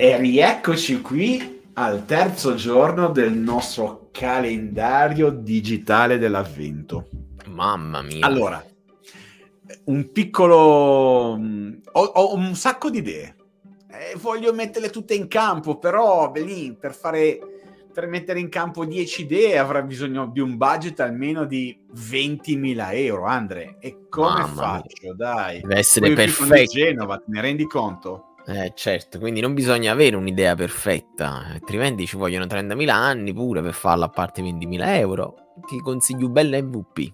E rieccoci qui al terzo giorno del nostro calendario digitale dell'avvento. Mamma mia. Allora, un piccolo... ho un sacco di idee. Voglio metterle tutte in campo, però lì per mettere in campo 10 idee avrà bisogno di un budget almeno di 20.000 euro, Andre. E come Mamma faccio? mia. Dai. Deve essere Poi perfetto. sono di Genova, te ne rendi conto? Certo, quindi non bisogna avere un'idea perfetta, altrimenti ci vogliono 30.000 anni pure per farla a parte 20.000 euro. Ti consiglio un bel MVP.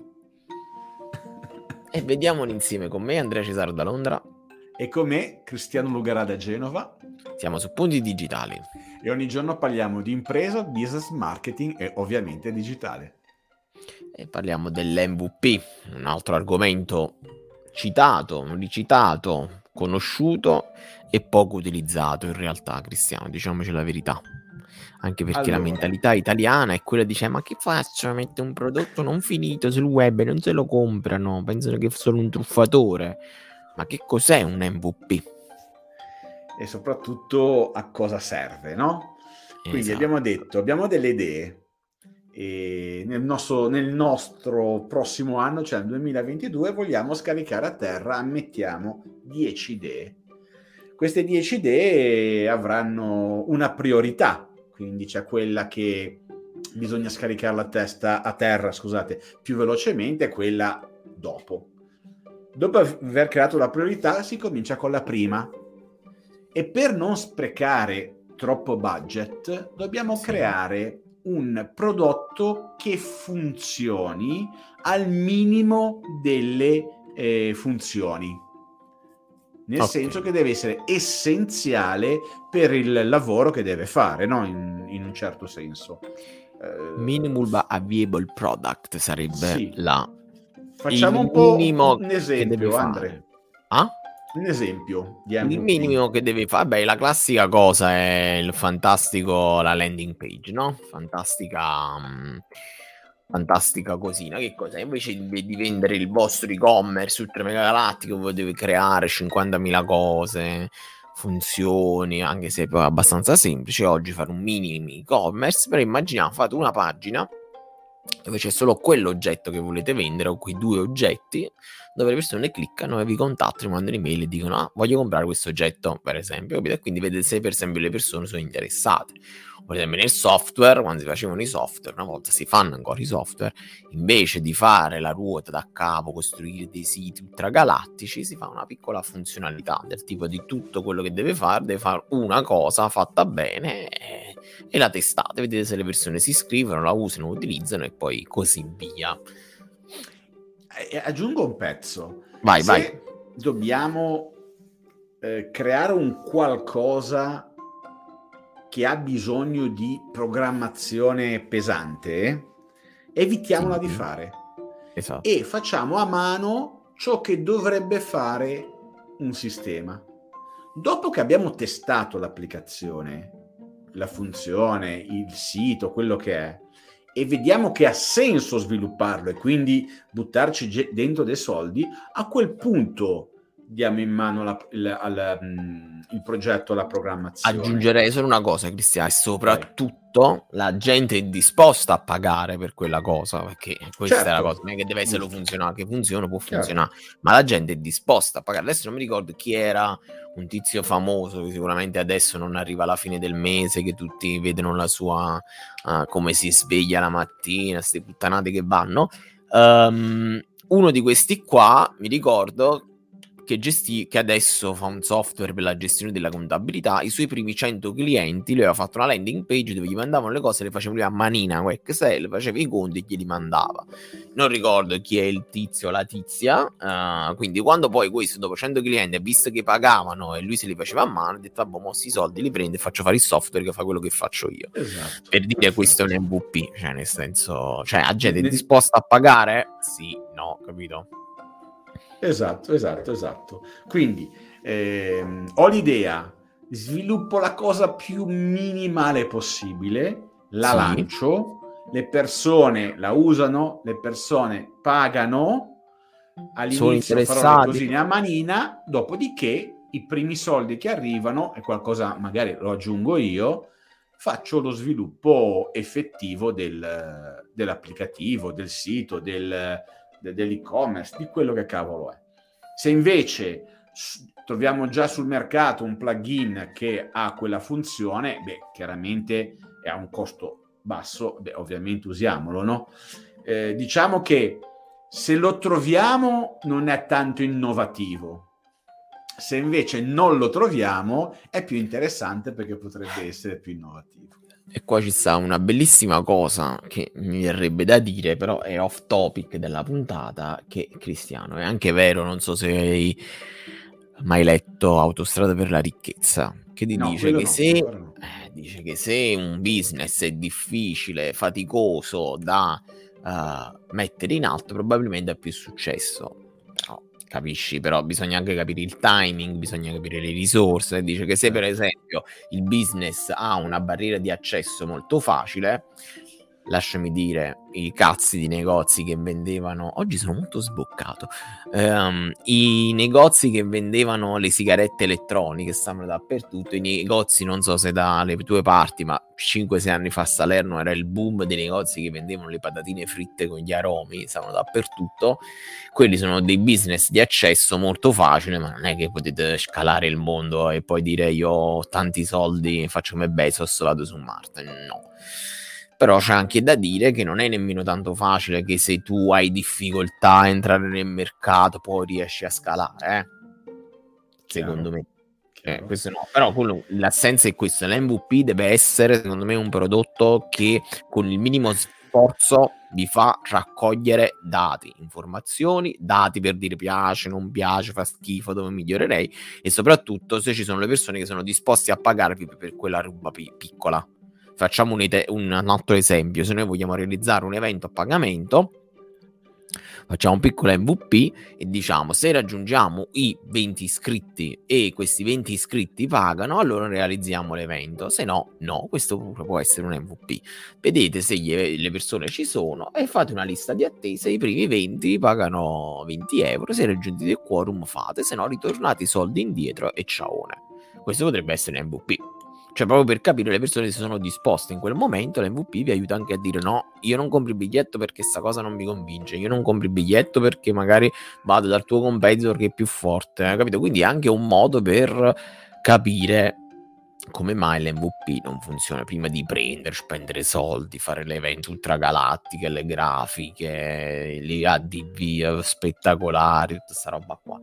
E vediamolo insieme con me, Andrea Cesaro da Londra. E con me, Cristiano Lugara da Genova. Siamo su Punti Digitali. E ogni giorno parliamo di impresa, business, marketing e ovviamente digitale. E parliamo dell'MVP, un altro argomento citato, ricitato, conosciuto e poco utilizzato in realtà, Cristiano, diciamoci la verità. Anche perché la mentalità italiana è quella di dire: ma che faccio? Metto un prodotto non finito sul web e non se lo comprano, pensano che sono un truffatore. Ma che cos'è un MVP? E soprattutto a cosa serve, no? Quindi Esatto. abbiamo delle idee. E nel nostro prossimo anno, cioè nel 2022, vogliamo scaricare a terra, ammettiamo, 10 idee. Queste 10 idee avranno una priorità, quindi c'è quella che bisogna scaricare a terra, più velocemente, e quella dopo. Dopo aver creato la priorità si comincia con la prima, e per non sprecare troppo budget dobbiamo creare un prodotto che funzioni al minimo delle funzioni, nel senso che deve essere essenziale per il lavoro che deve fare, no? In un certo senso. Minimum viable product sarebbe sì. Facciamo un po' un esempio, Andre. Un esempio di MVP. Il minimo che devi fare, beh, la classica cosa è il fantastico, la landing page, no? Fantastica cosina. Che cos'è? Invece di vendere il vostro e-commerce ultra mega galattico, voi dovete creare 50.000 cose, funzioni, anche se è poi abbastanza semplice oggi fare un mini e-commerce. Però immaginiamo, fate una pagina dove c'è solo quell'oggetto che volete vendere o quei due oggetti, dove le persone cliccano e vi contattano, mandano email e dicono: ah, voglio comprare questo oggetto, per esempio, e quindi vedete se per esempio le persone sono interessate. Per esempio nel software, quando si facevano i software, una volta si fanno ancora i software, invece di fare la ruota da capo, costruire dei siti ultragalattici, si fa una piccola funzionalità del tipo di tutto quello che deve fare una cosa fatta bene e la testate, vedete se le persone si iscrivono, la usano, utilizzano e poi così via. Aggiungo un pezzo. Vai. Dobbiamo creare un qualcosa che ha bisogno di programmazione pesante, evitiamola di fare. Esatto. E facciamo a mano ciò che dovrebbe fare un sistema. Dopo che abbiamo testato l'applicazione, la funzione, il sito, quello che è, e vediamo che ha senso svilupparlo e quindi buttarci dentro dei soldi, a quel punto diamo in mano il progetto, la programmazione. Aggiungerei solo una cosa, Cristiano, e soprattutto la gente è disposta a pagare per quella cosa, perché questa è la cosa, non è che deve essere funzionare, che funziona, può funzionare, ma la gente è disposta a pagare. Adesso non mi ricordo chi era, un tizio famoso che sicuramente adesso non arriva alla fine del mese, che tutti vedono la sua come si sveglia la mattina, ste puttanate che vanno. Uno di questi qua, mi ricordo, che adesso fa un software per la gestione della contabilità. I suoi primi 100 clienti, lui aveva fatto una landing page dove gli mandavano le cose, le faceva lui a manina con Excel, faceva i conti e glieli mandava. Non ricordo chi è il tizio o la tizia, quindi quando poi questo dopo 100 clienti ha visto che pagavano e lui se li faceva a mano, ha detto: vabbè, mo sti soldi li prendo e faccio fare il software che fa quello che faccio io. Esatto, per dire questo è un MVP, cioè nel senso, cioè la gente è disposta a pagare? Sì, no, capito? Esatto. Quindi ho l'idea, sviluppo la cosa più minimale possibile, la lancio, le persone la usano, le persone pagano, all'inizio farò le cosine a manina, dopodiché i primi soldi che arrivano, e qualcosa magari lo aggiungo io, faccio lo sviluppo effettivo dell'applicativo, del sito, dell'e-commerce, di quello che cavolo è. Se invece troviamo già sul mercato un plugin che ha quella funzione, chiaramente è a un costo basso, ovviamente usiamolo, no? Diciamo che se lo troviamo non è tanto innovativo. Se invece non lo troviamo è più interessante perché potrebbe essere più innovativo. E qua ci sta una bellissima cosa che mi verrebbe da dire, però è off topic della puntata, che Cristiano, è anche vero, non so se hai mai letto Autostrada per la ricchezza, che ti dice che dice che se un business è difficile, faticoso da mettere in alto, probabilmente ha più successo. Capisci, però bisogna anche capire il timing, bisogna capire le risorse. Dice che se per esempio il business ha una barriera di accesso molto facile, lasciami dire, i cazzi di negozi che vendevano, oggi sono molto sboccato, i negozi che vendevano le sigarette elettroniche stavano dappertutto, i negozi, non so se dalle tue parti, ma 5-6 anni fa a Salerno era il boom dei negozi che vendevano le patatine fritte con gli aromi, stavano dappertutto. Quelli sono dei business di accesso molto facile, ma non è che potete scalare il mondo e poi dire io ho tanti soldi, faccio come Bezos, vado su Marte, no. Però c'è anche da dire che non è nemmeno tanto facile che se tu hai difficoltà a entrare nel mercato poi riesci a scalare, secondo me. Questo no. Però l'assenza è questo, l'MVP deve essere secondo me un prodotto che con il minimo sforzo vi fa raccogliere dati, informazioni, dati per dire piace, non piace, fa schifo, dove migliorerei, e soprattutto se ci sono le persone che sono disposte a pagarvi per quella roba piccola. Facciamo un altro esempio: se noi vogliamo realizzare un evento a pagamento, facciamo un piccolo MVP e diciamo se raggiungiamo i 20 iscritti e questi 20 iscritti pagano, allora realizziamo l'evento, se no, no, questo può essere un MVP. Vedete se le persone ci sono e fate una lista di attesa, i primi 20 pagano 20 euro, se raggiungete il quorum fate, se no ritornate i soldi indietro e ciaone. Questo potrebbe essere un MVP. Cioè proprio per capire le persone se sono disposte in quel momento, l'MVP vi aiuta anche a dire no, io non compro il biglietto perché sta cosa non mi convince, io non compro il biglietto perché magari vado dal tuo competitor che è più forte, capito? Quindi è anche un modo per capire come mai l'MVP non funziona prima di spendere soldi, fare le eventi ultragalattiche, le grafiche, gli ADV spettacolari, tutta sta roba qua.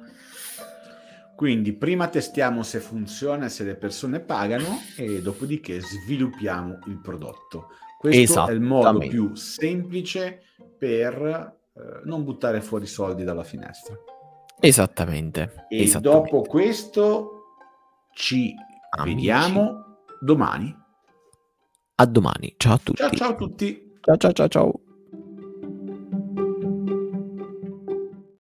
Quindi prima testiamo se funziona, se le persone pagano, e dopodiché sviluppiamo il prodotto. Questo è il modo più semplice per non buttare fuori soldi dalla finestra. Esattamente. E dopo questo ci vediamo domani. A domani. Ciao a tutti. Ciao a tutti. Ciao.